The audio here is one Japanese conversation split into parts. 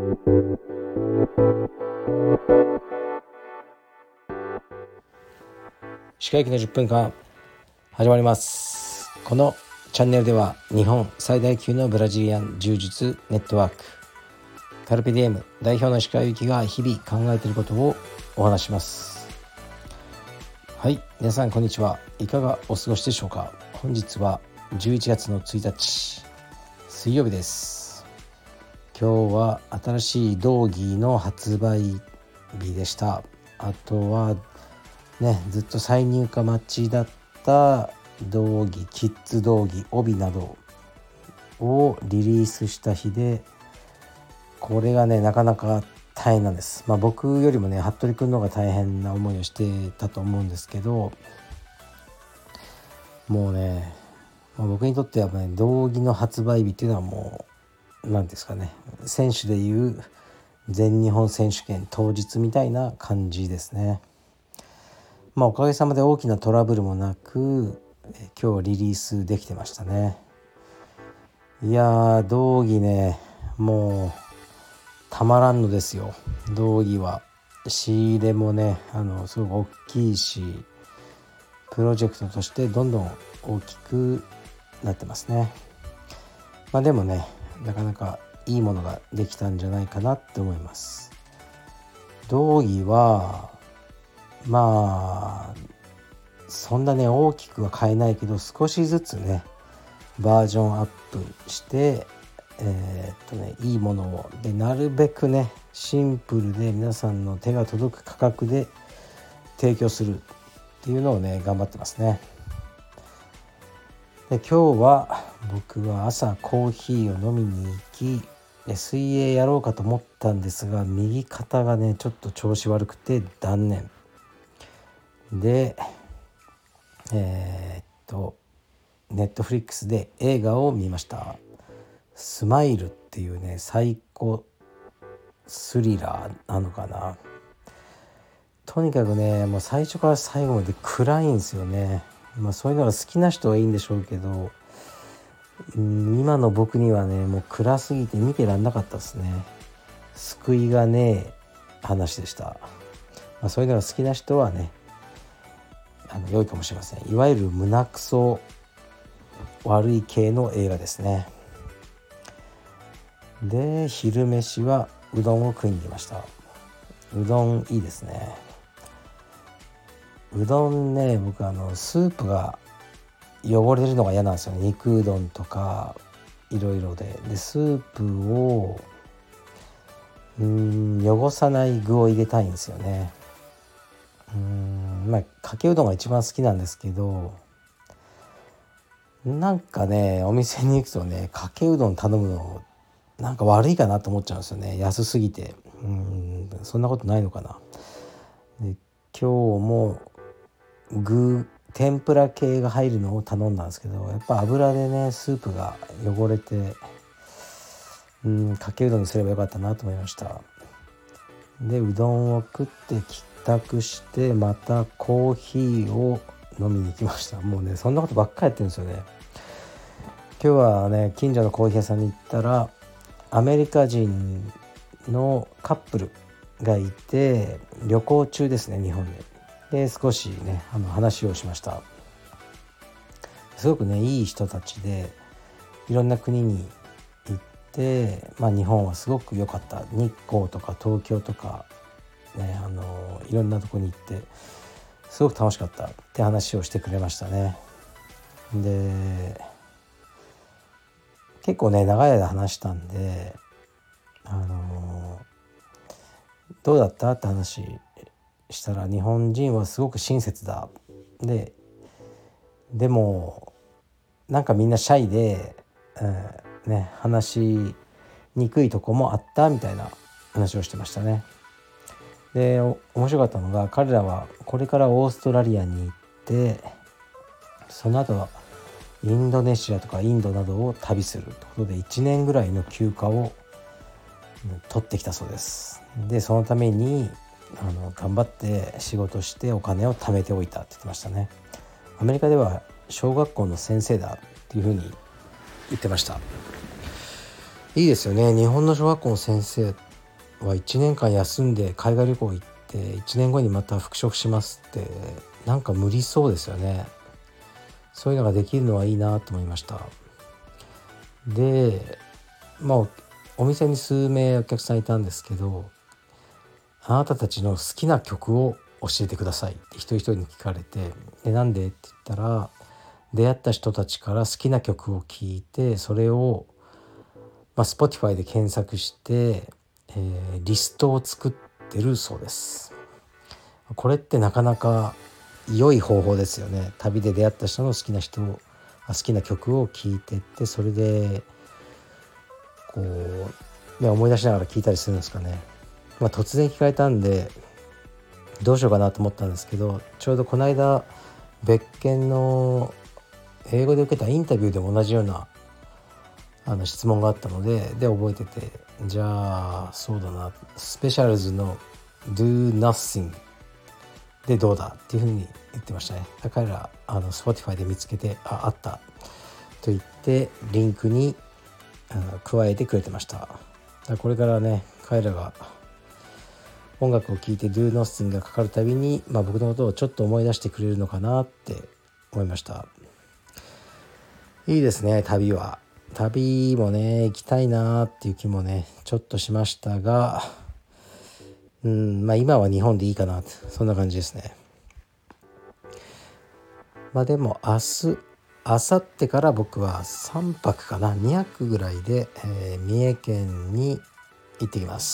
歯科医の10分間始まります。このチャンネルでは日本最大級のブラジリアン柔術ネットワークカルペディエム代表の歯科医が日々考えていることをお話します。はい、皆さんこんにちは。いかがお過ごしでしょうか。本日は11月の1日水曜日です。今日は新しい道着の発売日でした。あとはね、ずっと再入荷待ちだった道着、キッズ道着、帯などをリリースした日で、これがねなかなか大変なんです。僕よりもね服部くんの方が大変な思いをしてたと思うんですけど、もうね、僕にとってはね道着の発売日っていうのはもう何ですかね、選手でいう全日本選手権当日みたいな感じですね。おかげさまで大きなトラブルもなく今日リリースできてましたね。いやー、道着ねもうたまらんのですよ。道着は仕入れもねすごく大きいし、プロジェクトとしてどんどん大きくなってますね。でもねなかなかいいものができたんじゃないかなって思います。道着はそんなね大きくは変えないけど、少しずつねバージョンアップしていいものをでなるべくねシンプルで皆さんの手が届く価格で提供するっていうのをね頑張ってますね。で今日は僕は朝コーヒーを飲みに行き水泳やろうかと思ったんですが、右肩がねちょっと調子悪くて断念で、ネットフリックスで映画を見ました。スマイルっていうねサイコスリラーなのかな。とにかくねもう最初から最後まで暗いんですよね。そういうのが好きな人はいいんでしょうけど、今の僕にはねもう暗すぎて見てらんなかったですね。救いがねえ話でした。そういうのが好きな人はね良いかもしれません。いわゆる胸クソ悪い系の映画ですね。で昼飯はうどんを食いに行きました。うどんいいですね。うどんね、僕スープが汚れるのが嫌なんですよね。肉うどんとかいろいろでスープを汚さない具を入れたいんですよね。かけうどんが一番好きなんですけど、なんかねお店に行くとねかけうどん頼むのなんか悪いかなと思っちゃうんですよね。安すぎて。そんなことないのかな。で今日も天ぷら系が入るのを頼んだんですけど、やっぱ油でねスープが汚れてかけうどんにすればよかったなと思いました。でうどんを食って帰宅してまたコーヒーを飲みに行きました。もうねそんなことばっかりやってるんですよね。今日はね近所のコーヒー屋さんに行ったらアメリカ人のカップルがいて旅行中ですね、日本で少しね話をしました。すごくねいい人たちでいろんな国に行って、日本はすごく良かった。日光とか東京とかねいろんなとこに行ってすごく楽しかったって話をしてくれましたね。で結構ね長い間話したんでどうだったって話したら、日本人はすごく親切だ、でもなんかみんなシャイで、話しにくいとこもあったみたいな話をしてましたね。で面白かったのが、彼らはこれからオーストラリアに行ってその後はインドネシアとかインドなどを旅するということで1年ぐらいの休暇を取ってきたそうです。でそのために頑張って仕事してお金を貯めておいたって言ってましたね。アメリカでは小学校の先生だっていうふうに言ってました。いいですよね。日本の小学校の先生っは1年間休んで海外旅行行って1年後にまた復職しますってなんか無理そうですよね。そういうのができるのはいいなと思いました。でお店に数名お客さんいたんですけど、あなたたちの好きな曲を教えてくださいって一人一人に聞かれて、でなんでって言ったら、出会った人たちから好きな曲を聴いて、それを、Spotify で検索して、リストを作ってるそうです。これってなかなか良い方法ですよね。旅で出会った人の好きな曲を聴いてって、それでこう、思い出しながら聴いたりするんですかね。突然聞かれたんでどうしようかなと思ったんですけど、ちょうどこの間別件の英語で受けたインタビューでも同じような質問があったので覚えてて、じゃあそうだな、スペシャルズの Do Nothing でどうだっていうふうに言ってましたね。彼らSpotify で見つけてあったと言ってリンクに加えてくれてました。これからね、彼らが音楽を聴いて Do Nothing がかかるたびに、僕のことをちょっと思い出してくれるのかなって思いました。いいですね。旅もね行きたいなっていう気もねちょっとしましたが、今は日本でいいかなって、そんな感じですね。でも明日明後日から僕は3泊かな、2泊ぐらいで、三重県に行ってきます。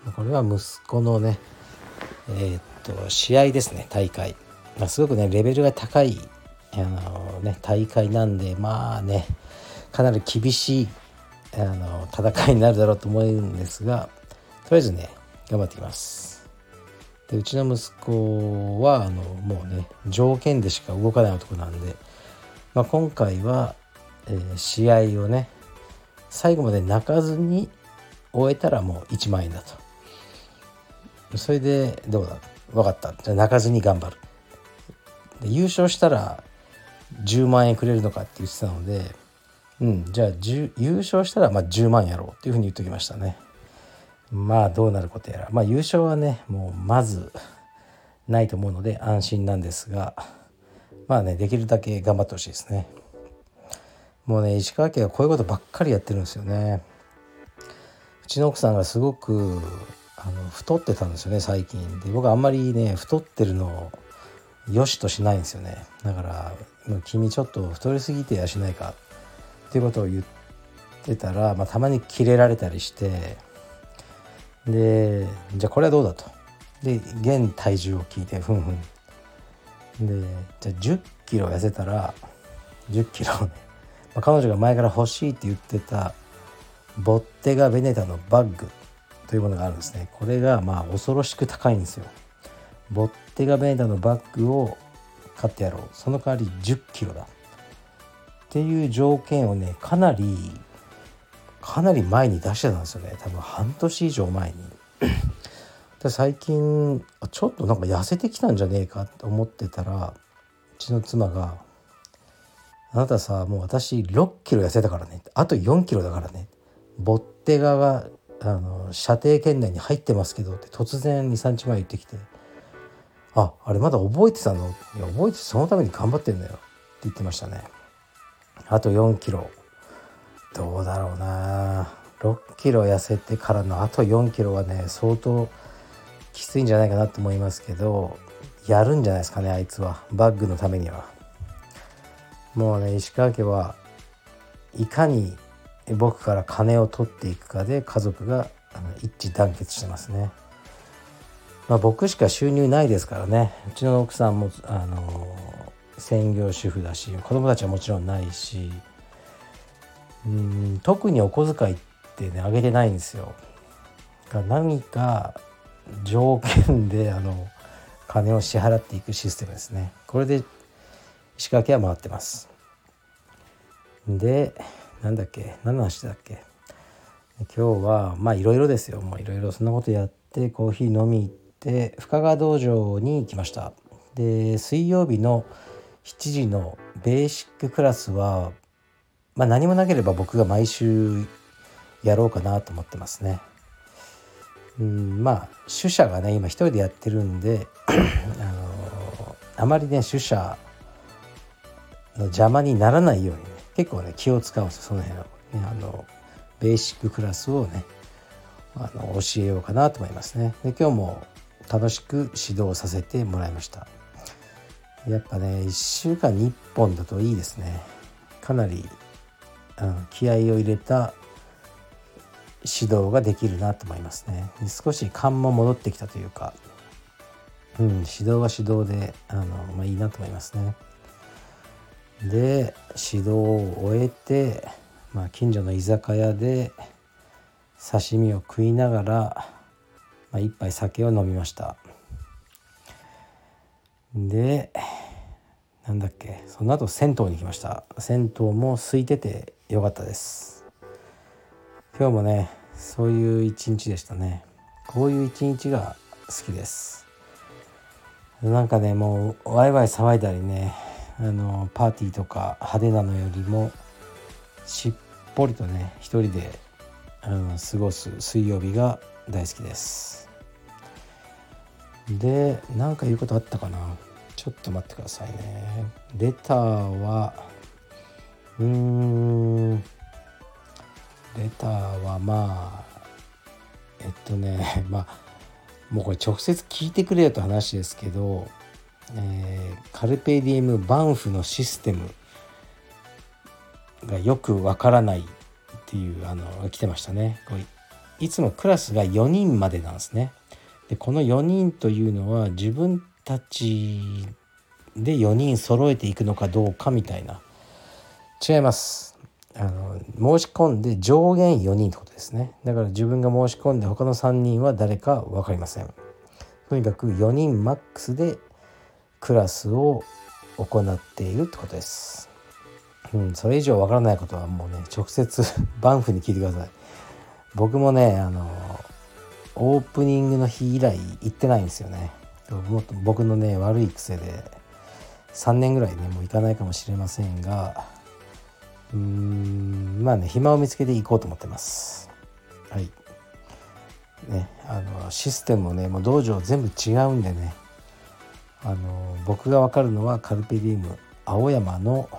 これは息子のね試合ですね、大会。すごくねレベルが高い大会なんで、かなり厳しい戦いになるだろうと思うんですが、とりあえずね頑張ってきます。でうちの息子はもうね条件でしか動かない男なんで、今回は、試合をね最後まで泣かずに終えたらもう1万円だと。それでどうだ、分かった、じゃあ泣かずに頑張る。で優勝したら10万円くれるのかって言ってたので、じゃあ優勝したら10万やろうっていうふうに言っておきましたね。どうなることやら、優勝はねもうまずないと思うので安心なんですが、できるだけ頑張ってほしいですね。もうね石川県はこういうことばっかりやってるんですよね。うちの奥さんがすごく太ってたんですよね最近で。僕はあんまりね太ってるのを良しとしないんですよね。だから君ちょっと太りすぎてやしないかっていうことを言ってたら、たまにキレられたりして、でじゃあこれはどうだと。で現体重を聞いてふんふんで、じゃあ10キロ痩せたら10キロね、彼女が前から欲しいって言ってたボッテガ・ベネタのバッグというものがあるんですね。これが恐ろしく高いんですよ。ボッテガ・ベネタのバッグを買ってやろう、その代わり10キロだっていう条件をねかなり前に出してたんですよね。多分半年以上前にで最近ちょっとなんか痩せてきたんじゃねえかと思ってたら、うちの妻があなたさ、もう私6キロ痩せたからね、あと4キロだからね、ボッテガが射程圏内に入ってますけどって突然 2,3 日前言ってきて、あれまだ覚えてたの？いや覚えて、そのために頑張ってんだよって言ってましたね。あと4キロどうだろうな。6キロ痩せてからのあと4キロはね相当きついんじゃないかなと思いますけど、やるんじゃないですかね、あいつは。バッグのためにはもうね、石川家はいかに僕から金を取っていくかで家族が一致団結してますね。僕しか収入ないですからね。うちの奥さんも専業主婦だし、子供たちはもちろんないし、特にお小遣いってねあげてないんですよ。何か条件で金を支払っていくシステムですね。これで石川家は回ってます。で何の話だっけ。今日はいろいろですよ。もういろいろそんなことやって、コーヒー飲み行って深川道場に行きました。で水曜日の7時のベーシッククラスは、何もなければ僕が毎週やろうかなと思ってますね。 まあ主者がね今一人でやってるんであまりね主者の邪魔にならないようにね結構ね気を使うんですよ。その辺を、ね、ベーシッククラスをね教えようかなと思いますね。で今日も楽しく指導させてもらいました。やっぱね1週間に1本だといいですね。かなり、気合を入れた指導ができるなと思いますね。で少し勘も戻ってきたというか、指導は指導でいいなと思いますね。で指導を終えて、近所の居酒屋で刺身を食いながら、一杯酒を飲みました。でなんだっけその後銭湯に行きました。銭湯も空いててよかったです。今日もねそういう一日でしたね。こういう一日が好きです。なんかねもうワイワイ騒いだりねパーティーとか派手なのよりもしっぽりとね一人で過ごす水曜日が大好きです。でなんか言うことあったかな。ちょっと待ってくださいね。レターはもうこれ直接聞いてくれよと話ですけど、カルペディエムバンフのシステムがよくわからないっていう来てましたね。これいつもクラスが4人までなんですね。でこの4人というのは自分たちで4人揃えていくのかどうかみたいな。違います。申し込んで上限4人ってことですね。だから自分が申し込んで他の3人は誰か分かりません。とにかく4人マックスでクラスを行っているってことです。それ以上分からないことはもうね直接バンフに聞いてください。僕もねオープニングの日以来行ってないんですよね。僕のね悪い癖で3年ぐらいねもう行かないかもしれませんが暇を見つけて行こうと思ってます。はいね、システムもねもう道場全部違うんでね僕が分かるのはカルペディウム青山の、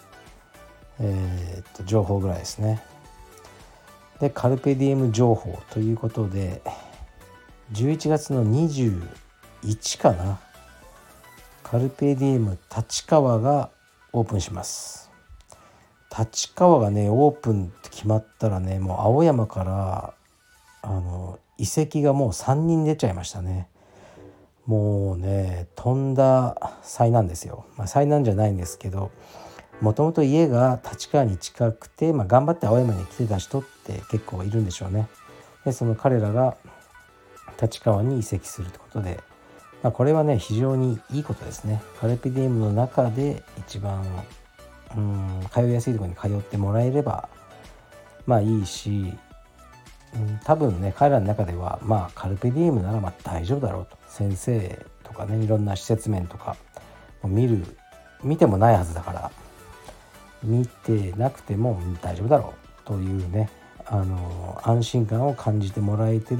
情報ぐらいですね。でカルペディウム情報ということで11月の21かなカルペディウム立川がオープンします。立川がねオープンって決まったらねもう青山から移籍がもう3人出ちゃいましたね。もうねとんだ災難ですよ。災難じゃないんですけどもともと家が立川に近くて、頑張って青山に来てた人って結構いるんでしょうね。でその彼らが立川に移籍するということで、これはね非常にいいことですね。カルペディウムの中で一番通いやすいところに通ってもらえればいいし、多分ね彼らの中ではカルペディウムなら大丈夫だろうと、先生とかねいろんな施設面とか見てもないはずだから見てなくても大丈夫だろうというね安心感を感じてもらえてる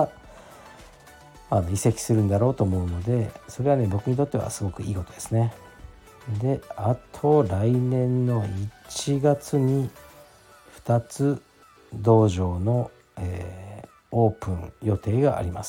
から移籍するんだろうと思うので、それはね僕にとってはすごくいいことですね。であと来年の1月に2つ道場の、オープン予定があります。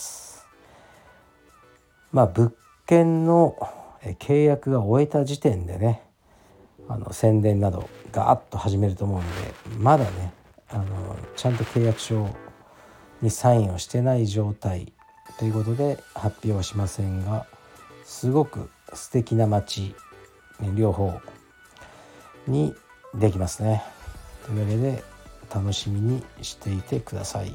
物件の契約が終えた時点でね宣伝などガーッと始めると思うので、まだねちゃんと契約書にサインをしてない状態ということで発表はしませんが、すごく素敵な街、両方にできますね。というわけで楽しみにしていてください。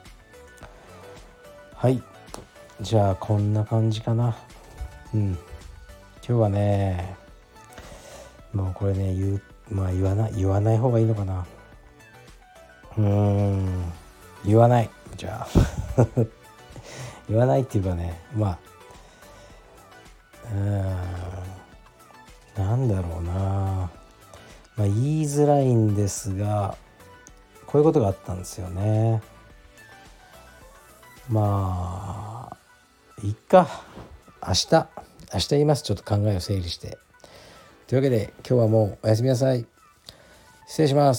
はい、じゃあこんな感じかな。今日はねもうこれね言わない方がいいのかな。言わない。じゃあ言わないっていうかねなんだろうな、言いづらいんですがこういうことがあったんですよね。 まあいっか、明日言います。ちょっと考えを整理して。というわけで今日はもうおやすみなさい。失礼します。